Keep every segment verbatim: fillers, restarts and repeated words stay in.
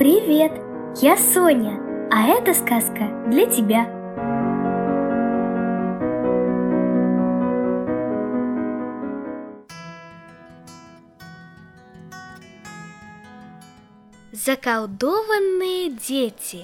Привет, я Соня, а эта сказка для тебя. Заколдованные дети.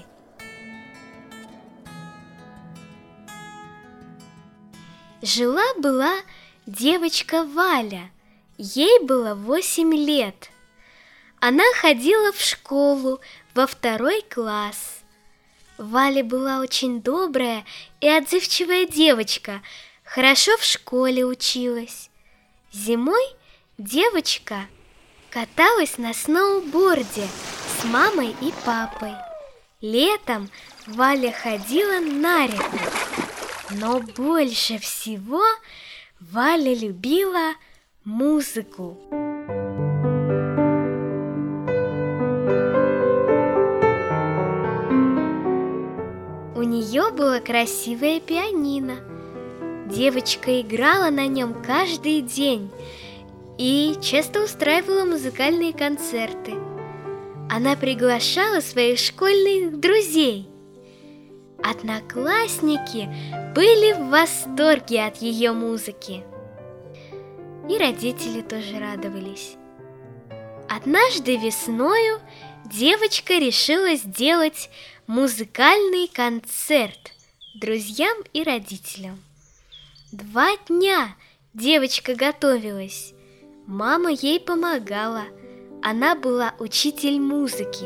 Жила-была девочка Валя, ей было восемь лет. Она ходила в школу во второй класс. Валя была очень добрая и отзывчивая девочка, хорошо в школе училась. Зимой девочка каталась на сноуборде с мамой и папой. Летом Валя ходила на реку. Но больше всего Валя любила музыку. У нее было красивое пианино. Девочка играла на нем каждый день и часто устраивала музыкальные концерты. Она приглашала своих школьных друзей. Одноклассники были в восторге от ее музыки. И родители тоже радовались. Однажды весною девочка решила сделать музыкальный концерт друзьям и родителям. Два дня девочка готовилась. Мама ей помогала. Она была учитель музыки.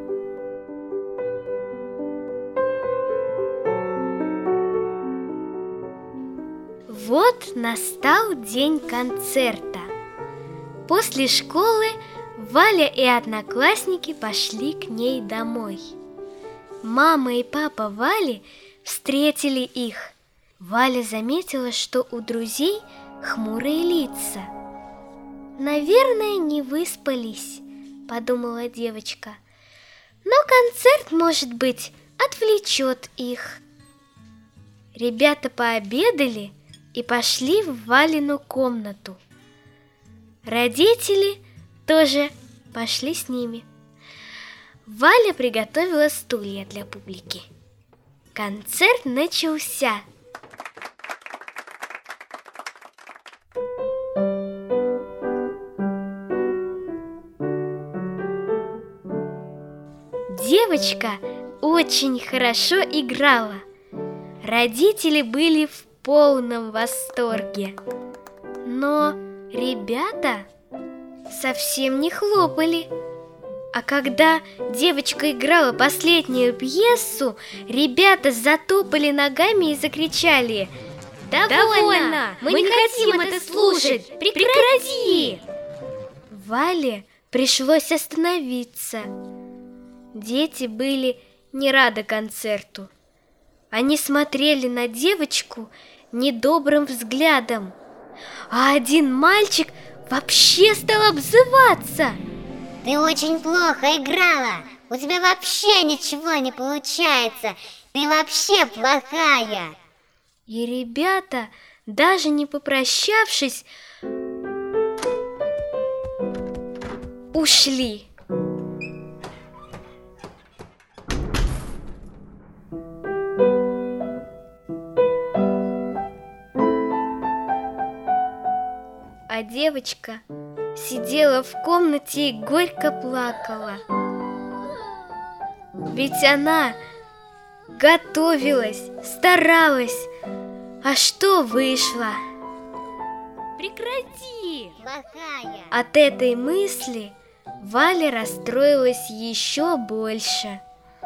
Вот настал день концерта. После школы Валя и одноклассники пошли к ней домой. Мама и папа Вали встретили их. Валя заметила, что у друзей хмурые лица. «Наверное, не выспались», — подумала девочка. «Но концерт, может быть, отвлечет их». Ребята пообедали и пошли в Валину комнату. Родители тоже пошли с ними. Валя приготовила стулья для публики. Концерт начался. Девочка очень хорошо играла. Родители были в полном восторге. Но ребята совсем не хлопали. А когда девочка играла последнюю пьесу, ребята затопали ногами и закричали: «Довольно! Довольно! Мы, Мы не хотим это слушать! Прекрати!» Вале пришлось остановиться. Дети были не рады концерту. Они смотрели на девочку недобрым взглядом. А один мальчик вообще стал обзываться. «Ты очень плохо играла! У тебя вообще ничего не получается! Ты вообще плохая!» И ребята, даже не попрощавшись, ушли. А девочка сидела в комнате и горько плакала. Ведь она готовилась, старалась, а что вышло? Прекрати! Плохая! От этой мысли Валя расстроилась еще больше.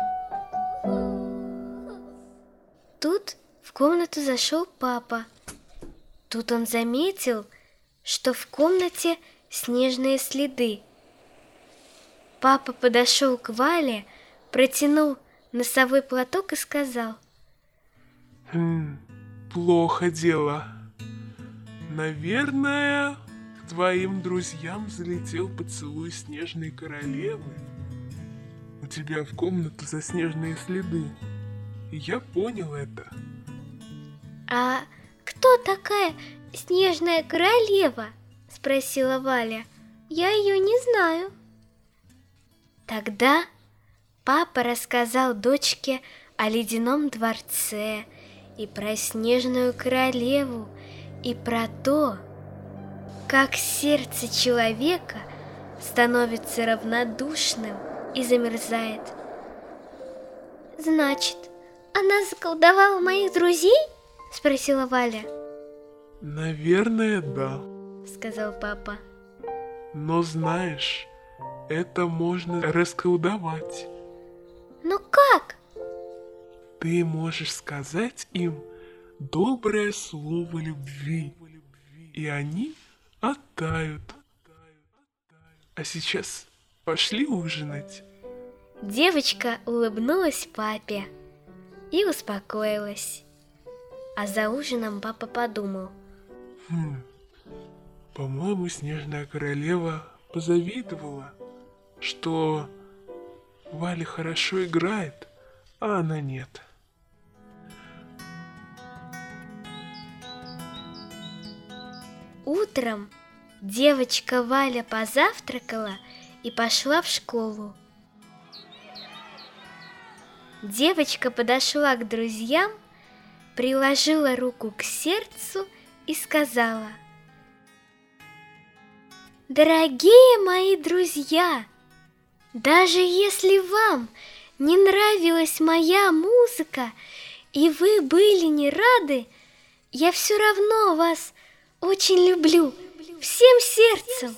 Тут в комнату зашел папа. Тут он заметил, что в комнате снежные следы. Папа подошел к Вале, протянул носовой платок и сказал: хм, плохо дело. Наверное, к твоим друзьям залетел поцелуй снежной королевы. У тебя в комнату заснеженные следы. И я понял это. «А кто такая снежная королева?» — спросила Валя. «Я ее не знаю». Тогда Папа рассказал дочке о ледяном дворце, и про снежную королеву, и про то, как сердце человека становится равнодушным и замерзает. «Значит, она заколдовала моих друзей?» — спросила Валя. Наверное, да. — сказал папа. Но знаешь, это можно расколдовать. Но как? Ты можешь сказать им доброе слово любви, и они оттают. А сейчас пошли ужинать. Девочка улыбнулась папе и успокоилась. А за ужином папа подумал. Хм, по-моему, снежная королева позавидовала, что Валя хорошо играет, а она нет. Утром девочка Валя позавтракала и пошла в школу. Девочка подошла к друзьям, приложила руку к сердцу и сказала: «Дорогие мои друзья, даже если вам не нравилась моя музыка и вы были не рады, я все равно вас очень люблю всем сердцем».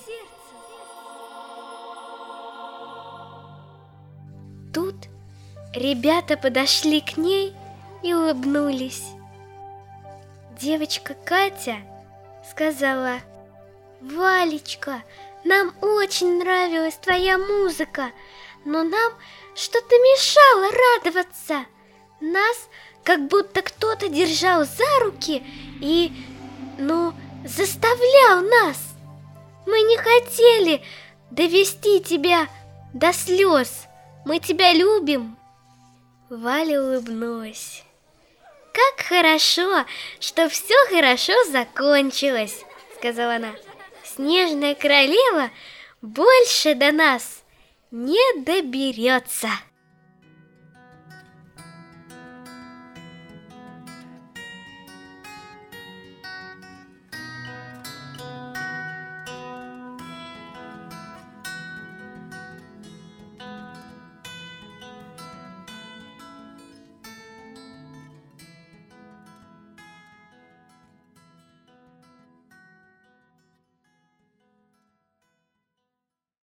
Тут ребята подошли к ней и улыбнулись. Девочка Катя сказала: «Валечка, нам очень нравилась твоя музыка, но нам что-то мешало радоваться. Нас как будто кто-то держал за руки и, ну, заставлял нас. Мы не хотели довести тебя до слез. Мы тебя любим». Валя улыбнулась. «Как хорошо, что все хорошо закончилось», — сказала она. «Снежная королева больше до нас не доберется».